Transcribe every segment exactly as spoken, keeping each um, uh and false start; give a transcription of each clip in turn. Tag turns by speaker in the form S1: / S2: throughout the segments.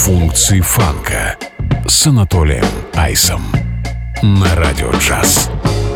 S1: Функции фанка с Анатолием Айсом на Радио Джаз.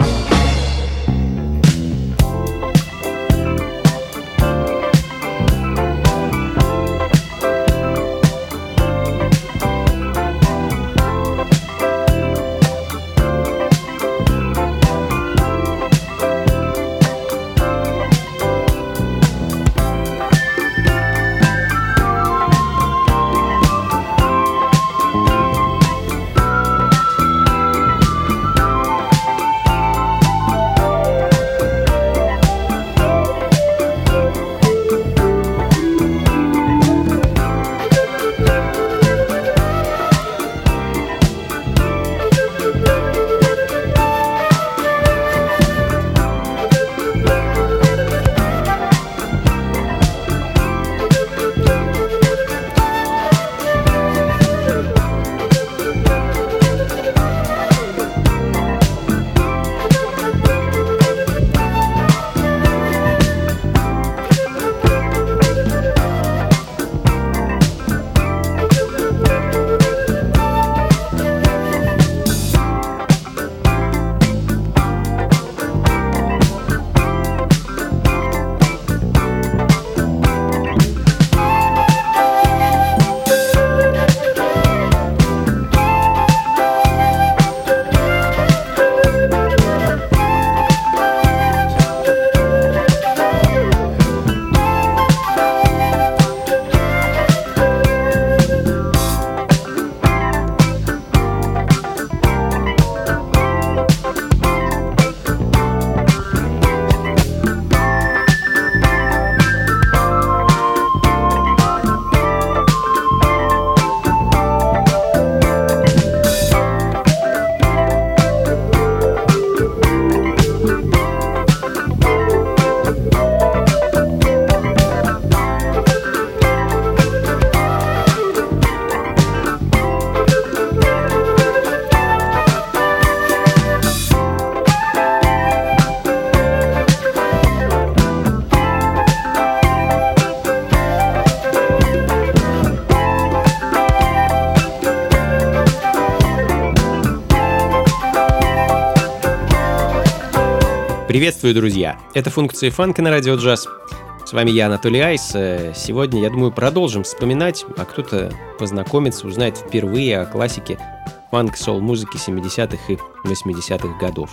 S2: Приветствую, друзья! Это «Функции фанка» на Радио Джаз. С вами я, Анатолий Айс. Сегодня, я думаю, продолжим вспоминать, а кто-то познакомится, узнает впервые о классике фанк-соул-музыки семидесятых и восьмидесятых годов.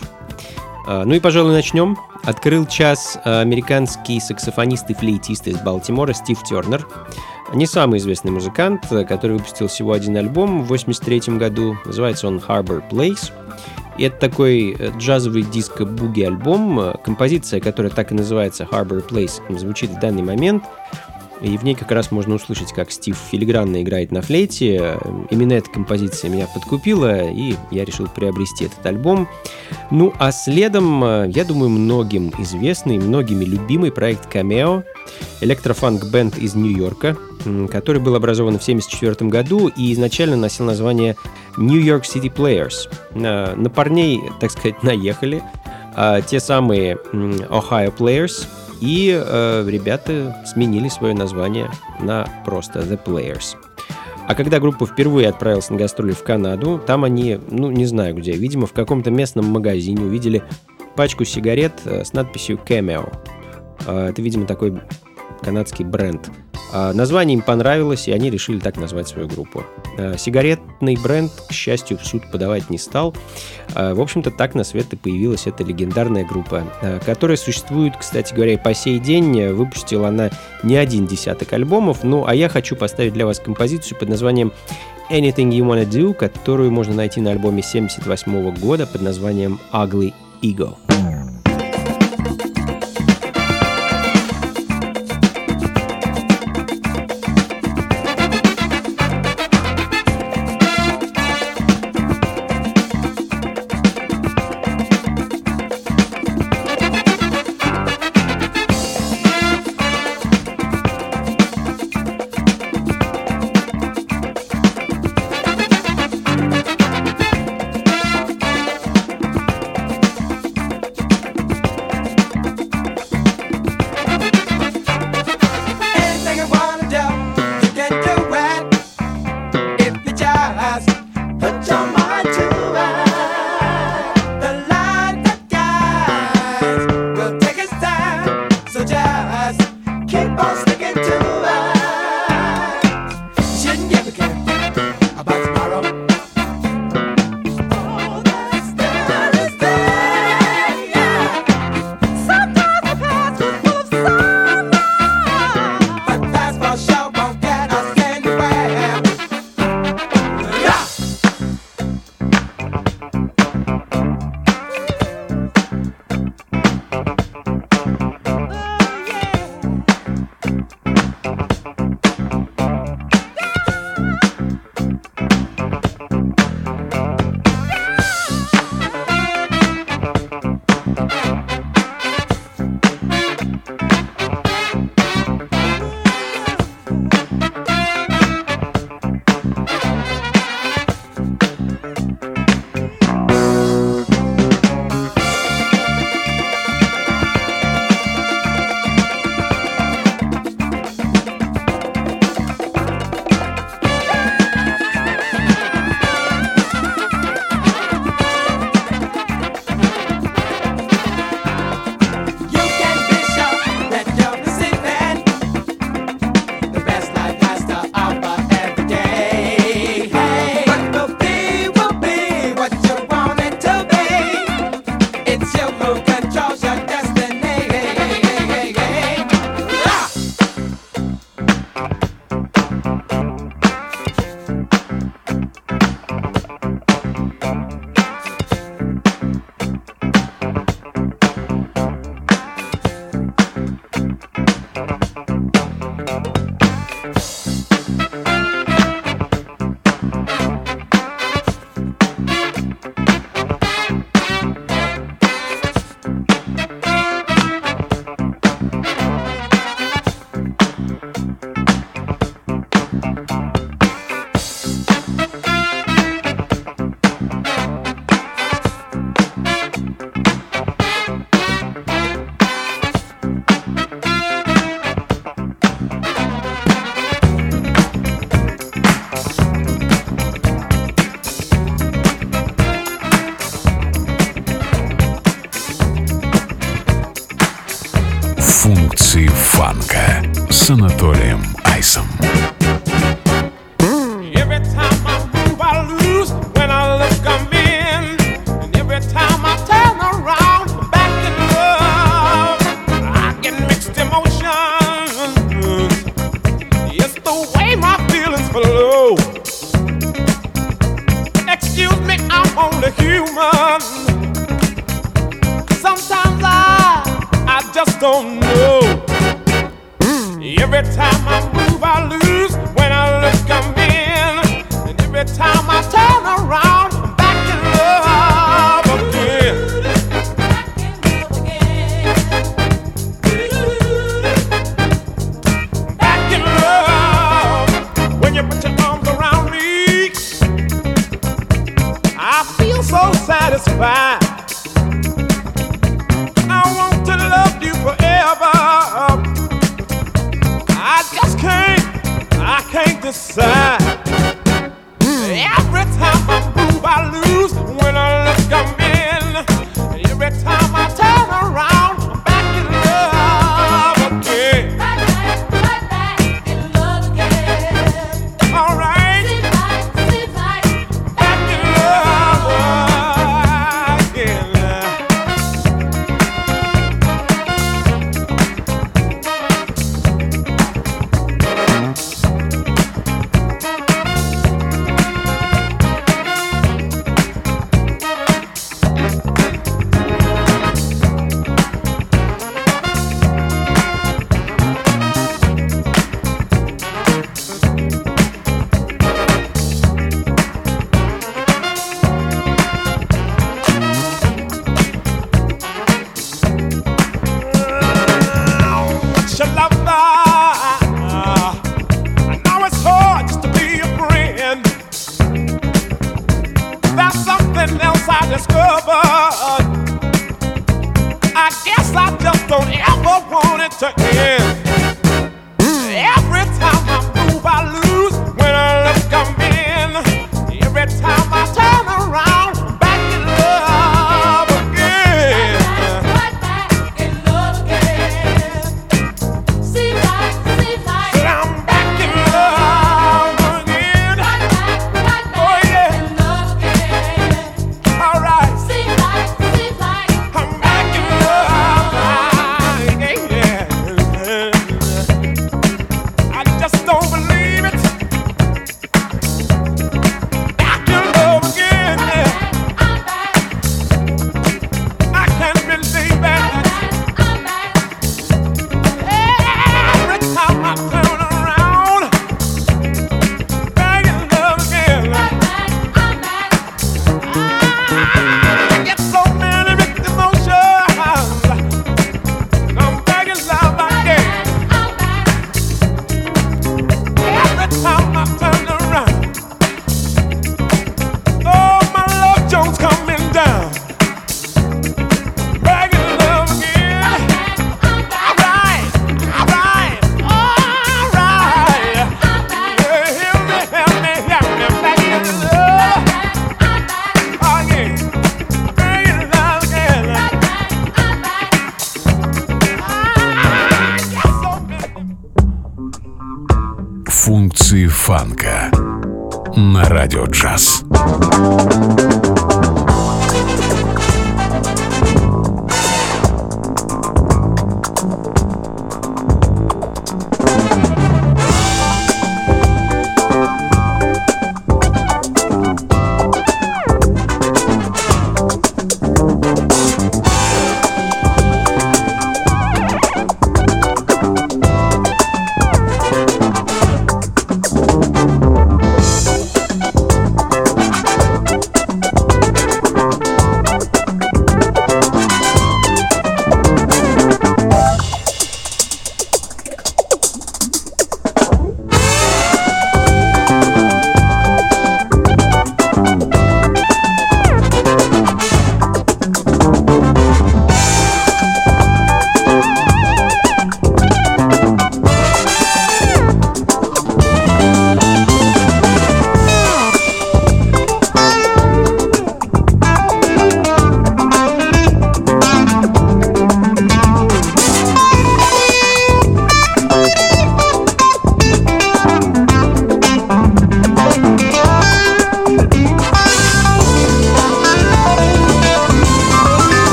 S2: Ну и, пожалуй, начнем. Открыл час американский саксофонист и флейтист из Балтимора Стив Тернер. Не самый известный музыкант, который выпустил всего один альбом в восемьдесят третьем году. Называется он Harbor Place. И это такой джазовый диско-буги-альбом. Композиция, которая так и называется Harbor Place, звучит в данный момент. И в ней как раз можно услышать, как Стив филигранно играет на флейте. Именно эта композиция меня подкупила, и я решил приобрести этот альбом. Ну, а следом, я думаю, многим известный, многими любимый проект Cameo, электрофанк-бенд из Нью-Йорка, который был образован в семьдесят четвёртом году и изначально носил название New York City Players. На, на парней, так сказать, наехали а, те самые Ohio Players, и э, ребята сменили свое название на просто The Players. А когда группа впервые отправилась на гастроли в Канаду, там они, ну, не знаю где, видимо, в каком-то местном магазине увидели пачку сигарет э, с надписью Cameo. Э, это, видимо, такой канадский бренд. Э, название им понравилось, и они решили так назвать свою группу. Э, сигаретный бренд, к счастью, в суд подавать не стал. Э, в общем-то, так на свет и появилась эта легендарная группа, э, которая существует, кстати говоря, и по сей день. Выпустила она не один десяток альбомов. Ну, а я хочу поставить для вас композицию под названием Anything You Wanna Do, которую можно найти на альбоме семьдесят восьмого года под названием Ugly Ego.
S3: only human. Sometimes I, I just don't know. Every time I move, I lose. When I look, I'm in. And every time I turn around, I'm back in love again. Back in love. When you put your arms around me, I feel so satisfied. I want to love you forever. I just can't, I can't decide. Every time I move, I lose. When I look, I'm in. And every time I turn around, I'm back in love again. Right back, right back in love again. All right. Seems like, seems like back in love again. Your lover, I know it's hard just to be a friend. That's something else I discovered. I guess I just don't ever want it to end. Every time I move, I lose. When I look, I'm in. Every time I turn around, I'm back in love again. Right back in love again. Seems like, seems like that I'm back in love again. Right back, right back oh, yeah. in love again. All right. Seems like, seems like I'm back in love again. I just don't believe it. Back in love again. I'm back. I can't believe it. I'm back. Every time I turn around, back in love again. I'm back. I get so many mixed emotions. I'm back in love again. Every time I turn around, oh, my love Jones coming down. Back in love again. All right, all right, all right. Yeah, help me, help me, help me. Back in love. Oh, yeah. Back in love again. I get so many.
S1: Функции фанка на радио джаз.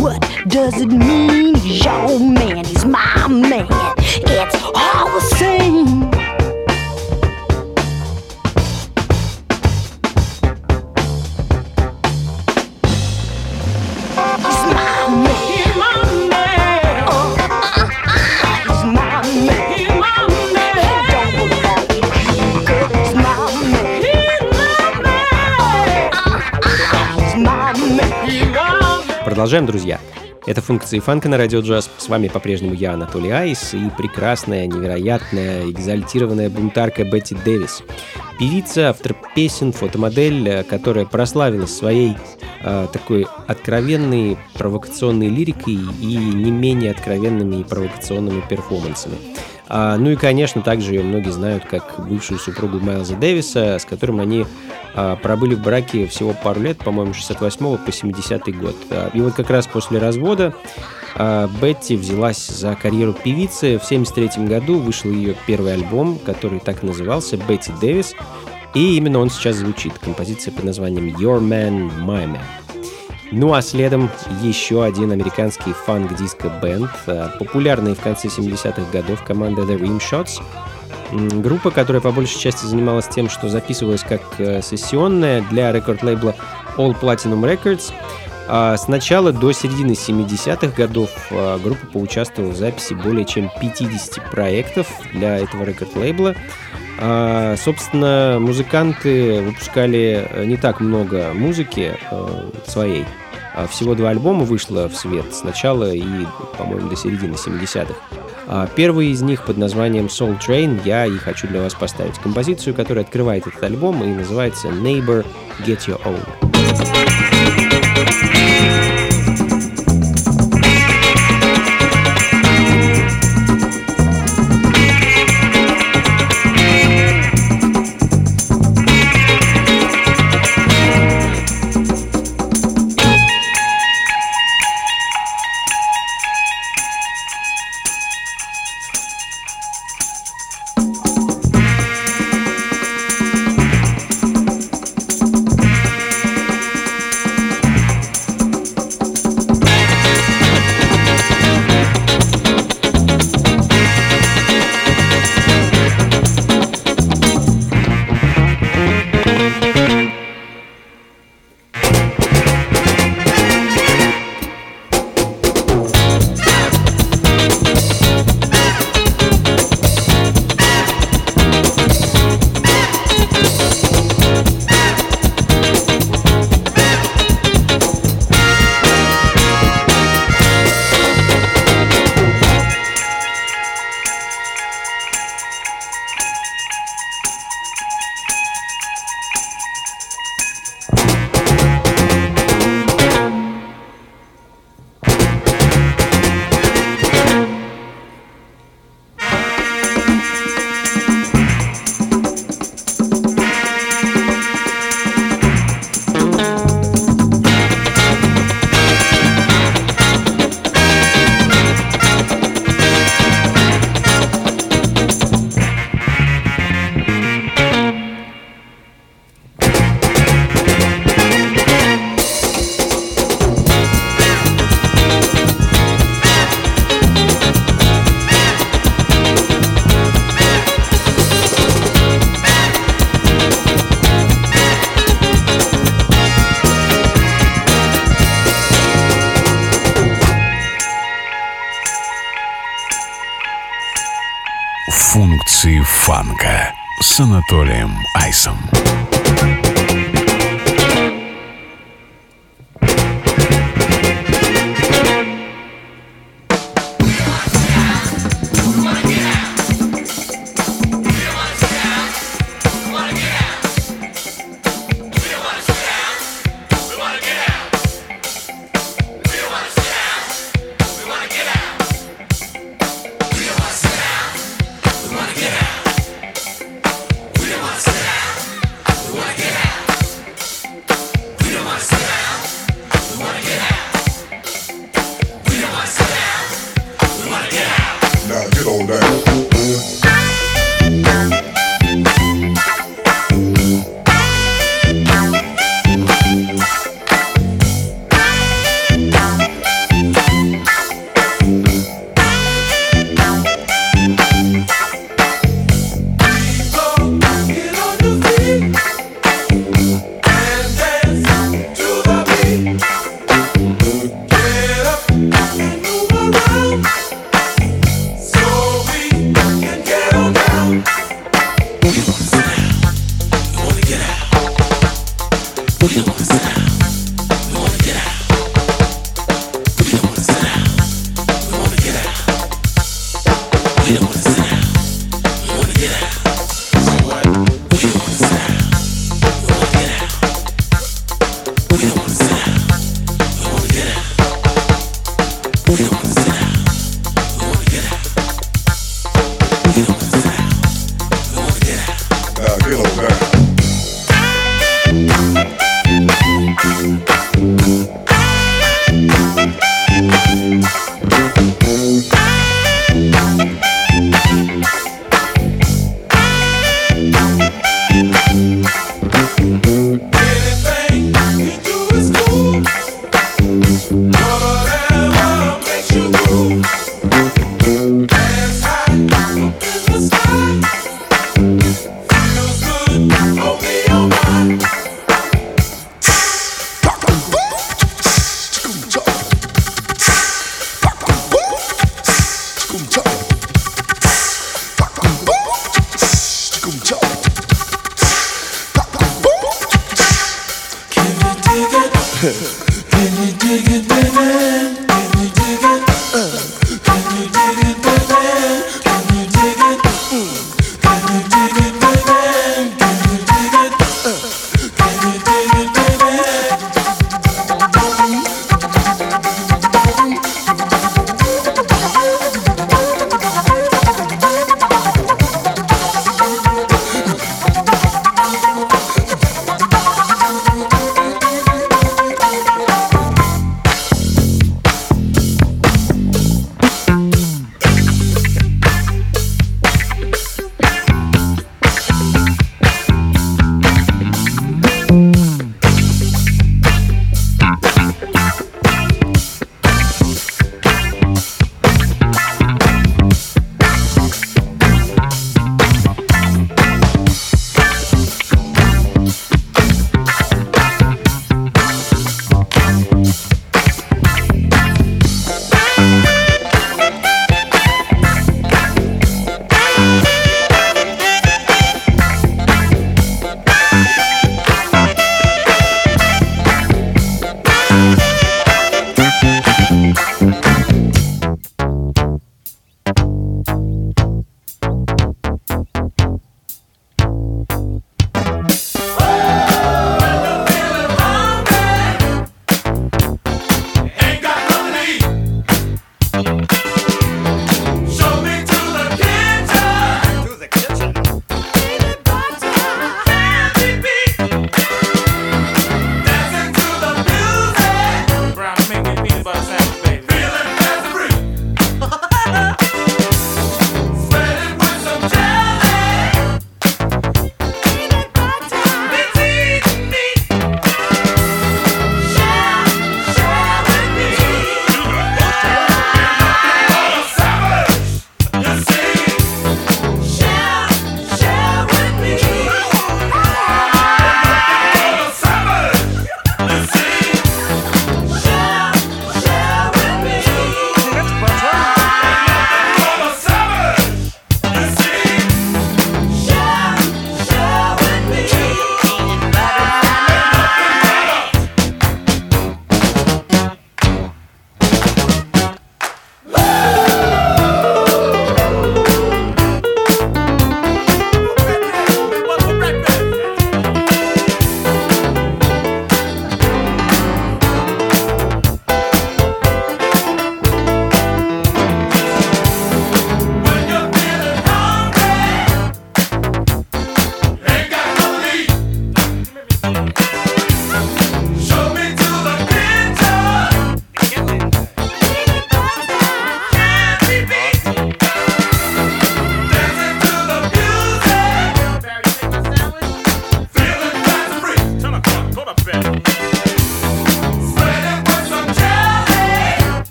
S4: What does it mean? He's your man, he's my man. It's all the same.
S2: Продолжаем, друзья. Это функции фанка на радио джаз. С вами по-прежнему я, Анатолий Айс, и прекрасная, невероятная, экзальтированная бунтарка Бетти Дэвис. Певица, автор песен, фотомодель, которая прославилась своей э, такой откровенной провокационной лирикой и не менее откровенными и провокационными перформансами. А, ну и, конечно, также ее многие знают как бывшую супругу Майлза Дэвиса, с которым они а, пробыли в браке всего пару лет, по-моему, с шестьдесят восьмого по семидесятый год. А, и вот как раз после развода а, Бетти взялась за карьеру певицы. В семьдесят третьем году вышел ее первый альбом, который так и назывался «Бетти Дэвис», и именно он сейчас звучит. Композиция под названием «Your Man, My Man». Ну а следом еще один американский фанк-диско-бенд, популярный в конце семидесятых годов, команда The Rimshots. Группа, которая по большей части занималась тем, что записывалась как сессионная для рекорд-лейбла All Platinum Records. А с начала до середины семидесятых годов группа поучаствовала в записи более чем пятидесяти проектов для этого рекорд-лейбла. А, собственно, музыканты выпускали не так много музыки э, своей. А всего два альбома вышло в свет с начала и, по-моему, до середины семидесятых. А первый из них под названием Soul Train я и хочу для вас поставить композицию, которая открывает этот альбом и называется Neighbor Get Your Own.
S1: Функции фанка с Анатолием Айсом.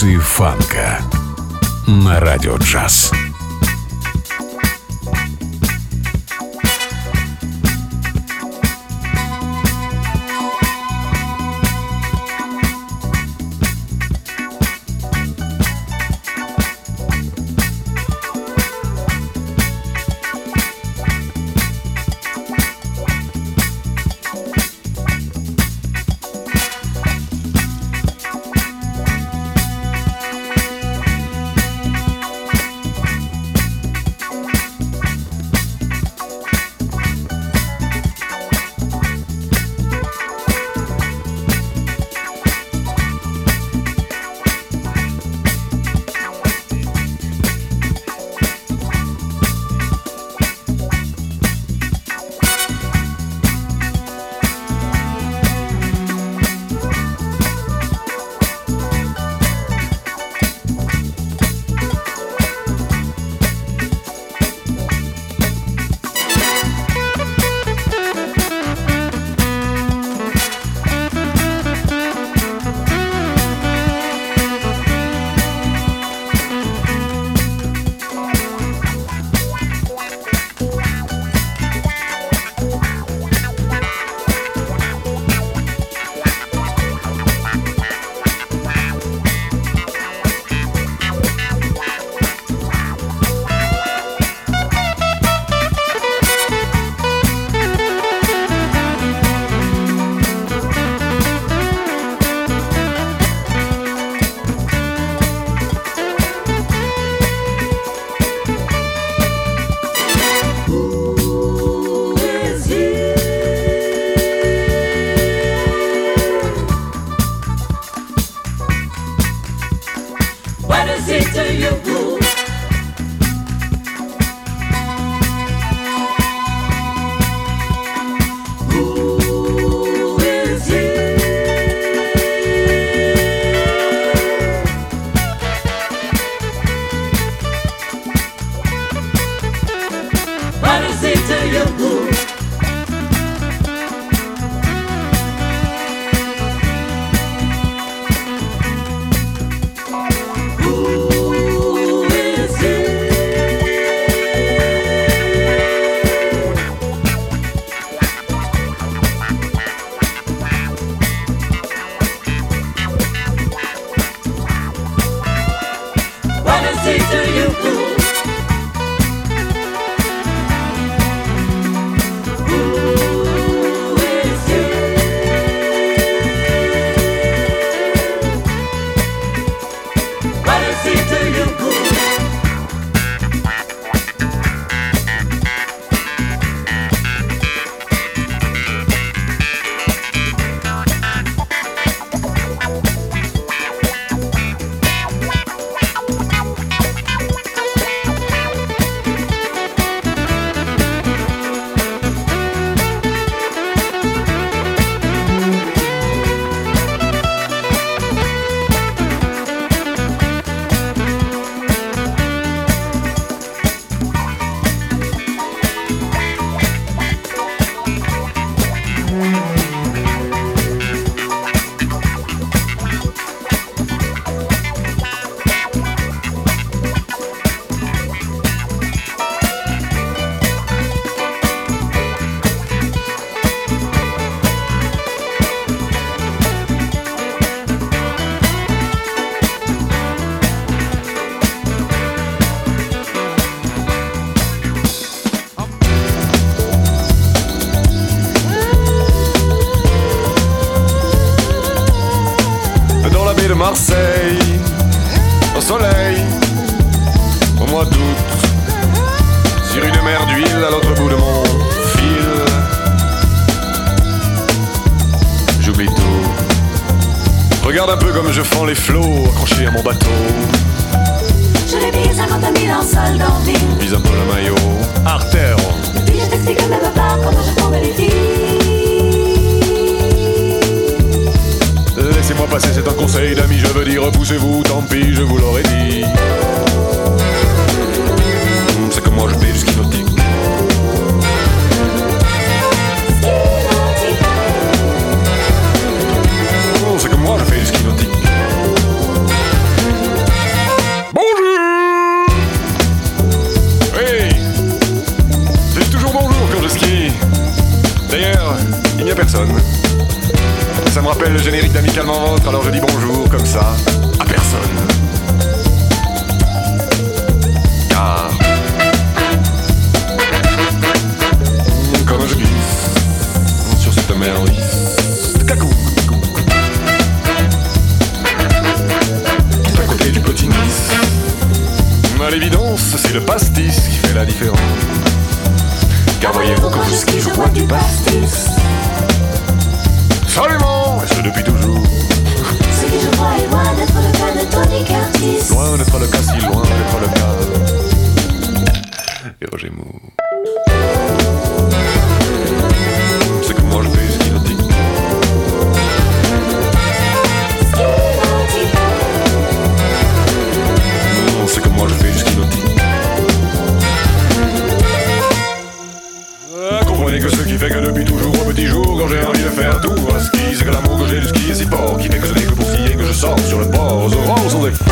S1: Функции фанка на Радио Джаз.
S5: Marseille, au soleil, au mois d'août, sur une mer d'huile à l'autre bout de mon fil. J'oublie tout. Regarde un peu comme je fends les flots accrochés à mon bateau.
S6: Je l'ai mis cinquante mille en solde en ville.
S5: Vise un peu le maillot. Artère.
S6: Et puis je t'explique même pas comment je tombe les filles.
S5: Laissez-moi passer, c'est un conseil d'amis, je veux dire, repoussez-vous, tant pis, je vous l'aurais dit. C'est que moi je paye le ski nautique. C'est que moi je fais le ski nautique. D'ailleurs, il n'y a personne. Ça me rappelle le générique d'Amicalement Vôtre, alors je dis bonjour comme ça, à personne. Car comme je glisse sur cette mer lisse, cacou, tout à côté du petit Nice. À l'évidence, c'est le pastis qui fait la différence. Car voyez-vous, quand je skie, je bois du pastis. Absolument, et ce depuis toujours.
S6: Ce que je crois est loin d'être le cas de Tony Curtis.
S5: Loin d'être le cas, si loin d'être le cas. Et Roger Moore. C'est que moi je fais ski nautique.
S6: Ski nautique.
S5: Non, c'est que moi je fais du ski nautique. Ah, comprenez que ce qui fait que depuis toujours au petit jour, quand j'ai envie de faire tout à ski, c'est que l'amour que j'ai du ski est si fort, qui fait que ce n'est que pour skier que je sors sur le bord aux aurores sans effort.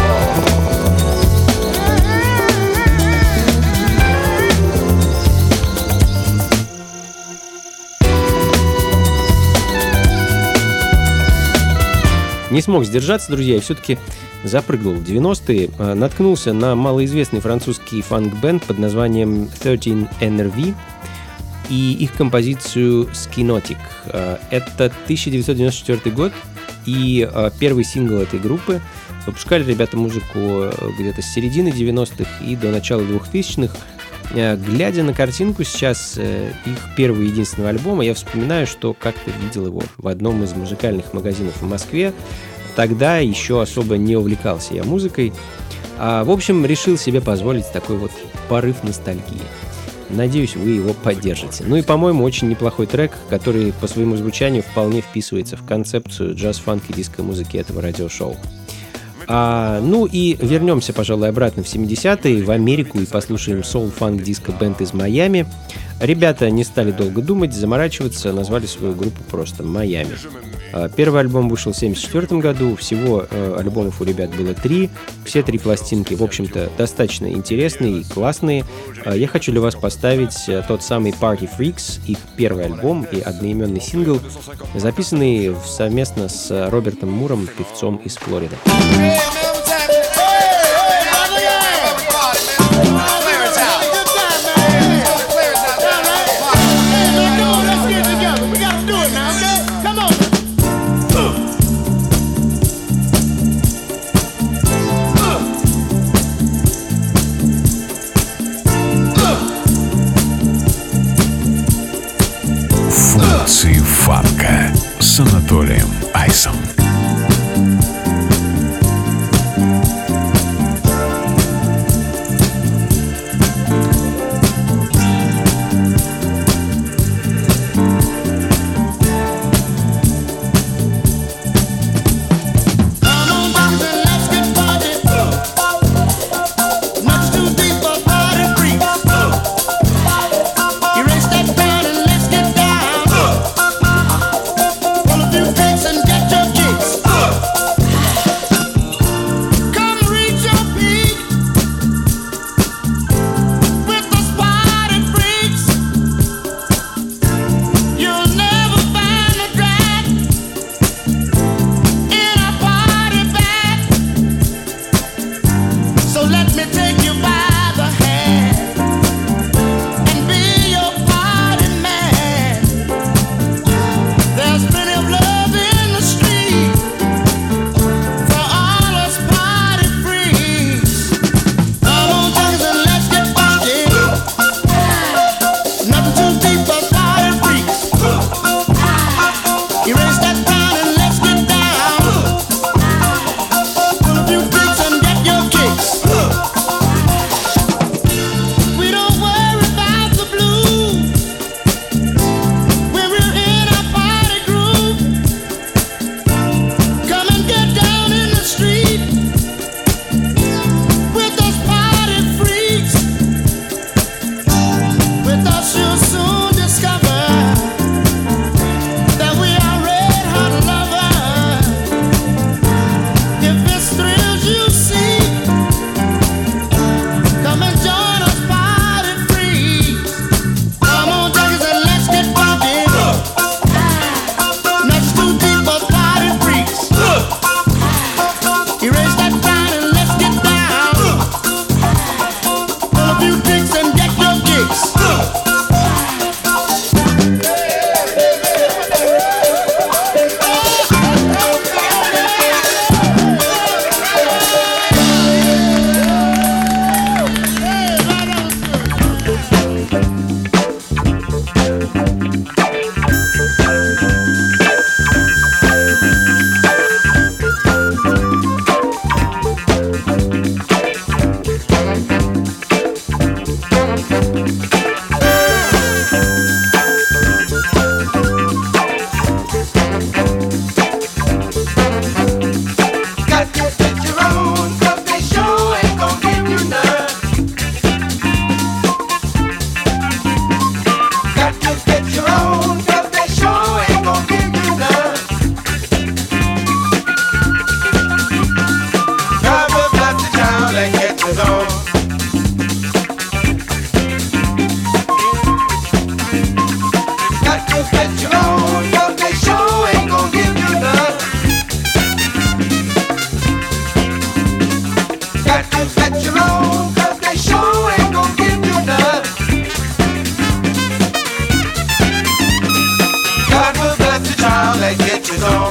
S2: Не смог сдержаться, друзья, и все-таки запрыгнул в девяностые. Наткнулся на малоизвестный французский фанк-бенд под названием тринадцать эн эр ви и их композицию «Skinotic». Это тысяча девятьсот девяносто четвёртый год, и первый сингл этой группы. Выпускали ребята музыку где-то с середины девяностых и до начала двухтысячных. Глядя на картинку сейчас их первого и единственного альбома, я вспоминаю, что как-то видел его в одном из музыкальных магазинов в Москве. Тогда еще особо не увлекался я музыкой. А, в общем, решил себе позволить такой вот порыв ностальгии. Надеюсь, вы его поддержите. Ну и, по-моему, очень неплохой трек, который по своему звучанию вполне вписывается в концепцию джаз-фанк и диско-музыки этого радиошоу. А, ну и вернемся, пожалуй, обратно в семидесятые, в Америку, и послушаем соул-фанк-диско-бенд из Майами. Ребята не стали долго думать, заморачиваться, назвали свою группу просто «Майами». А, первый альбом вышел в семьдесят четвёртом году, всего а, альбомов у ребят было три, все три пластинки, в общем-то, достаточно интересные и классные. А, я хочу для вас поставить а, тот самый Party Freaks, их первый альбом и одноименный сингл, записанный совместно с Робертом Муром, певцом из Флориды.
S1: Функции фанка с Анатолием Айсом.
S7: Get your kick.
S3: set you on, 'cause they sure ain't gonna give you none. Got to set you on, 'cause they sure ain't gonna give you none. God will bless the child that gets his own.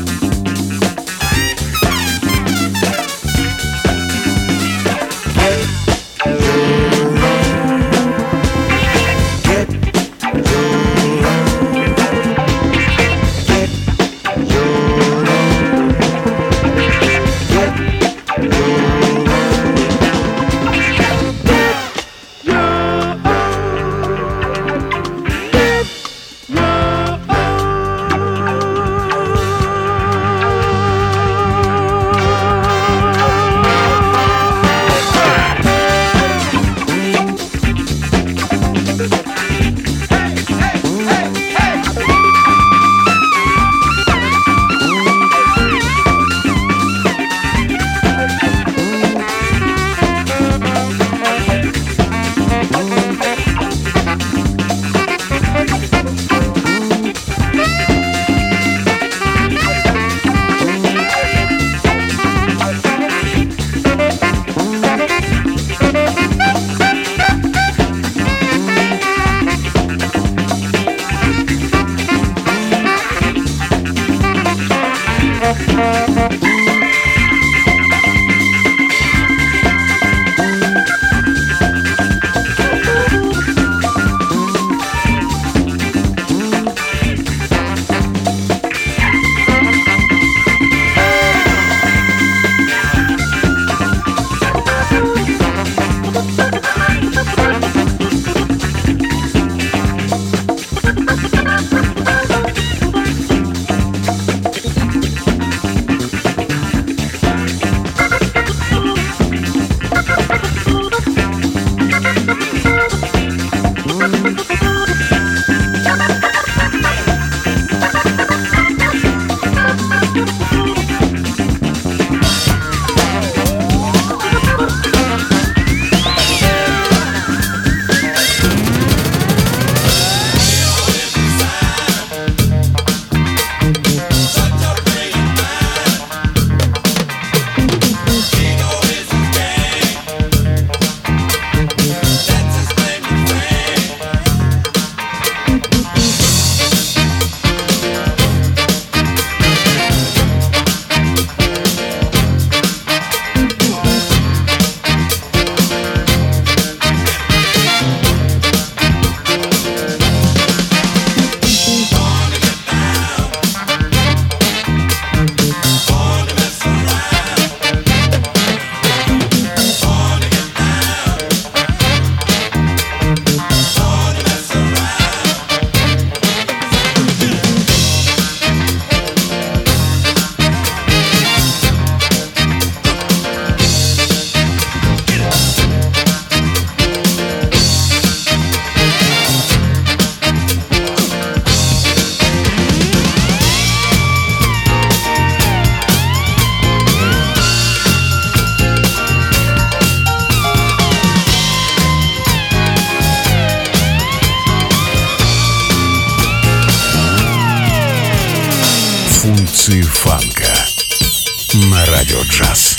S1: Функции фанка на Радио Джаз.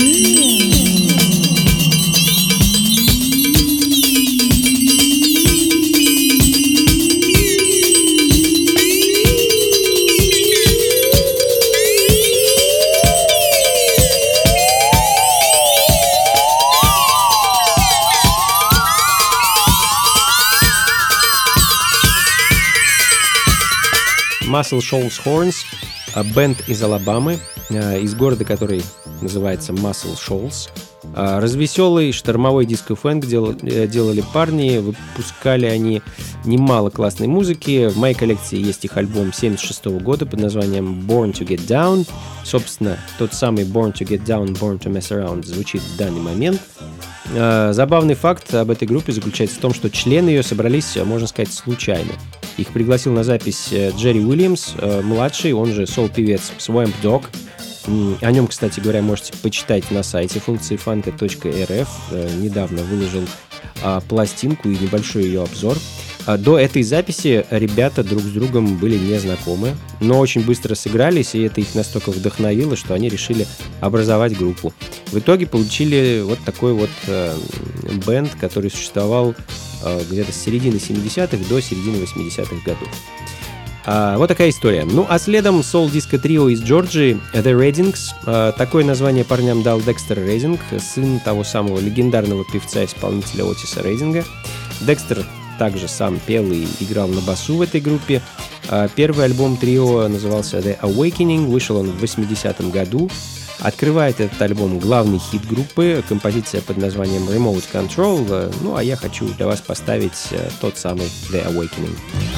S2: Muscle Shoals Horns, бенд из Алабамы, из города, который называется Muscle Shoals. Развеселый штормовой диско-фэнк делали парни, выпускали они немало классной музыки. В моей коллекции есть их альбом семьдесят шестого года под названием Born to Get Down. Собственно, тот самый Born to Get Down, Born to Mess Around звучит в данный момент. Забавный факт об этой группе заключается в том, что члены ее собрались, можно сказать, случайно. Их пригласил на запись Джерри Уильямс, младший, он же сол-певец Swamp Dogg. О нем, кстати говоря, можете почитать на сайте функции фанка точка эр эф. Недавно выложил пластинку и небольшой ее обзор. До этой записи ребята друг с другом были не знакомы, но очень быстро сыгрались, и это их настолько вдохновило, что они решили образовать группу. В итоге получили вот такой вот э, бэнд, который существовал э, где-то с середины семидесятых до середины восьмидесятых годов. А, вот такая история. Ну, а следом соул-диско-трио из Джорджии The Reddings. А, такое название парням дал Декстер Рединг, сын того самого легендарного певца-исполнителя Отиса Рейдинга. Декстер также сам пел и играл на басу в этой группе. А, первый альбом трио назывался The Awakening, вышел он в восьмидесятом году. Открывает этот альбом главный хит группы, композиция под названием Remote Control. Ну, а я хочу для вас поставить тот самый The Awakening.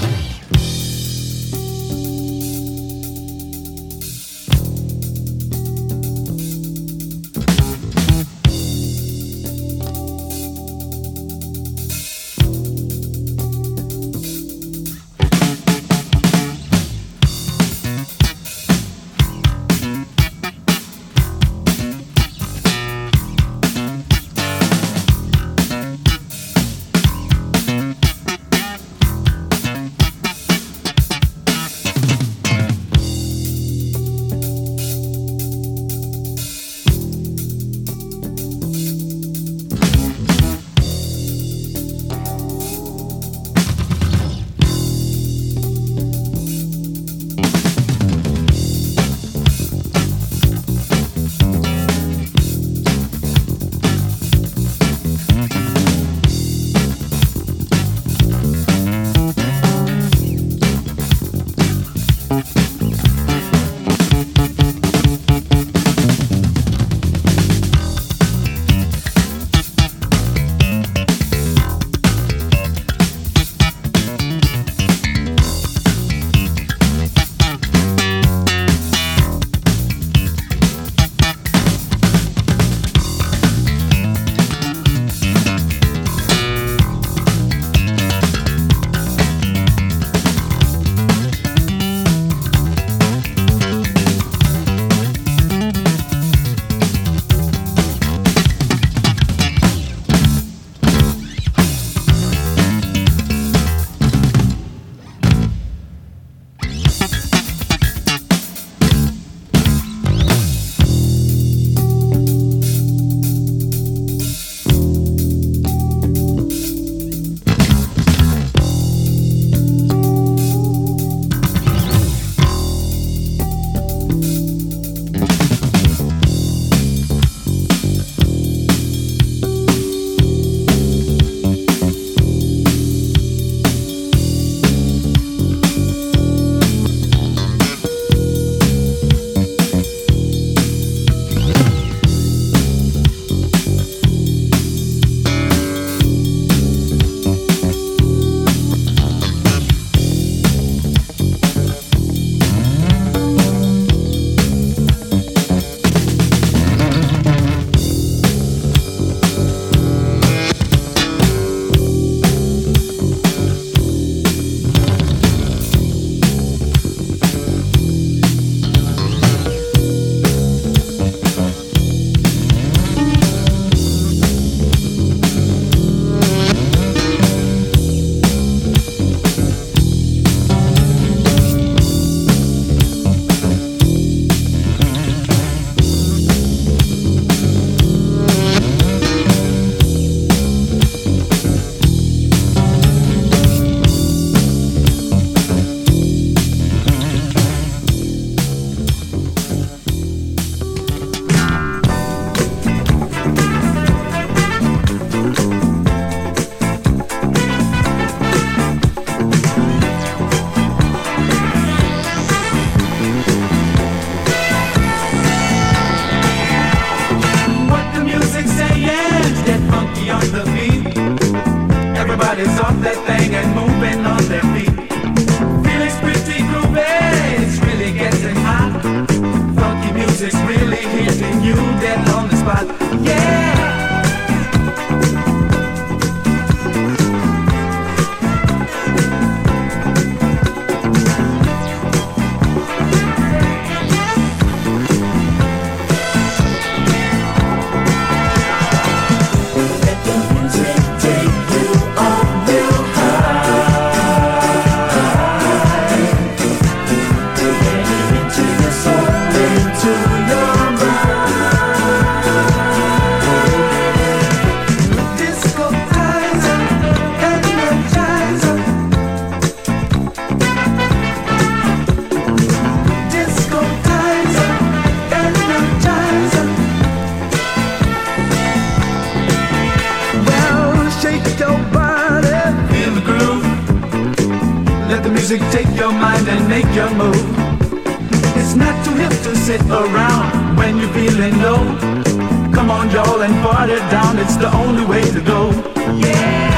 S7: Everybody's off that thing and moving on their feet. Feeling's pretty groovy, it's really getting hot. Funky music's really hitting you dead on the spot. Yeah!
S6: Let the music take you on real high.
S7: shake your mind and make your move. It's not too hip to sit around when you're feeling low. Come on, y'all, and party down. It's the only way to go. Yeah!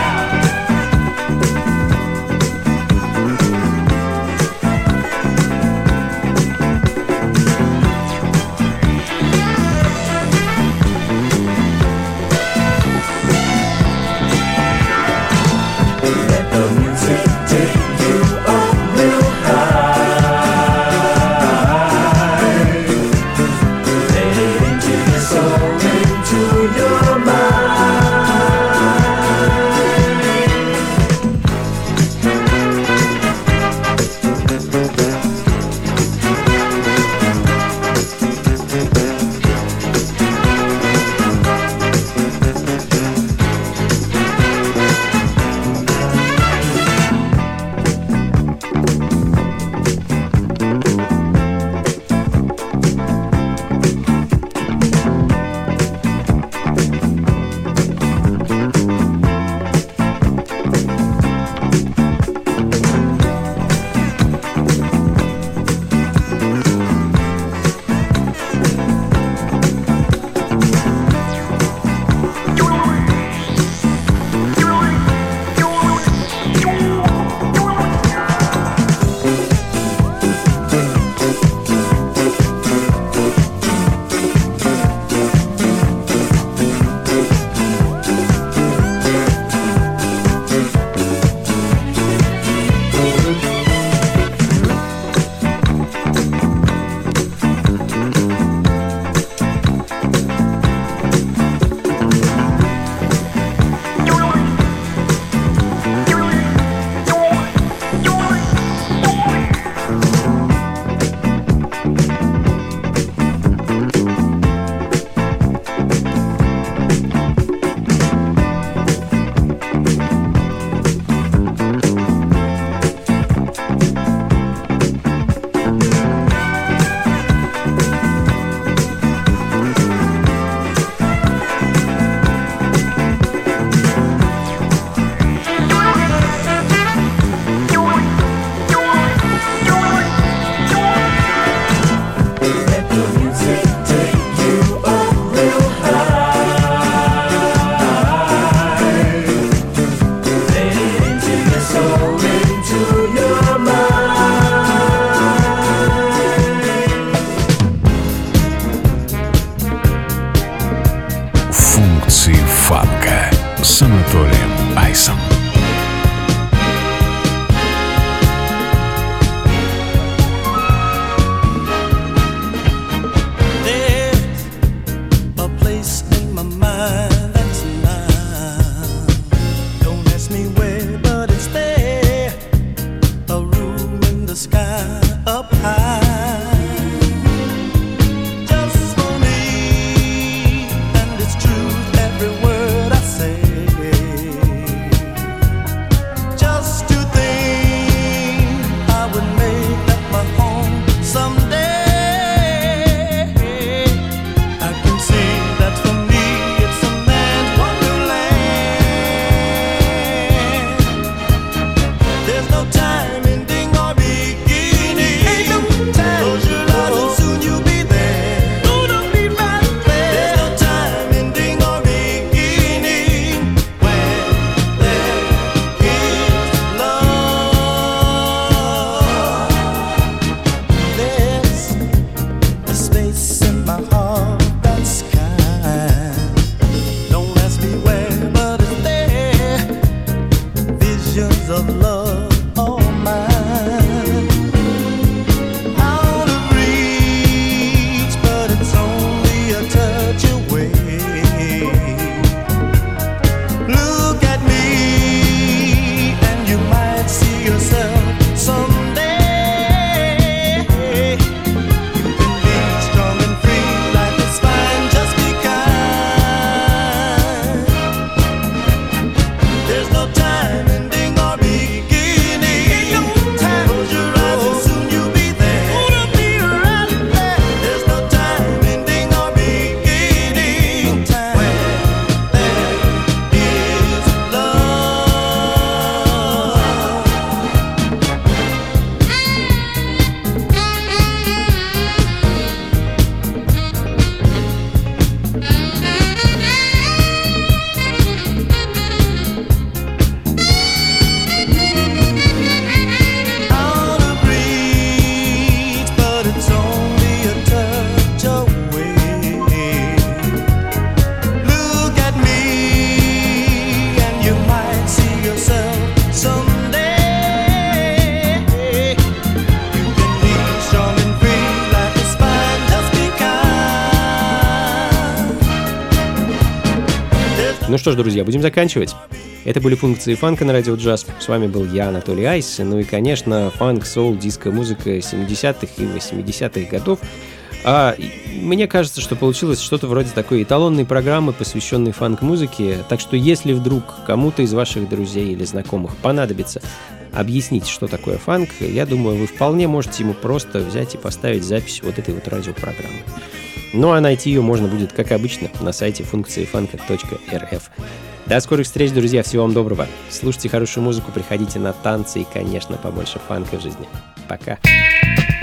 S8: There's no time ending or beginning.
S2: Ну что ж, друзья, будем заканчивать. Это были функции фанка на радио джаз. С вами был я, Анатолий Айс. Ну и, конечно, фанк, соул, диско-музыка семидесятых и восьмидесятых годов. А мне кажется, что получилось что-то вроде такой эталонной программы, посвященной фанк-музыке. Так что если вдруг кому-то из ваших друзей или знакомых понадобится объяснить, что такое фанк, я думаю, вы вполне можете ему просто взять и поставить запись вот этой вот радиопрограммы. Ну а найти ее можно будет, как обычно, на сайте функции фанка точка эр эф. До скорых встреч, друзья, всего вам доброго. Слушайте хорошую музыку, приходите на танцы и, конечно, побольше фанка в жизни. Пока.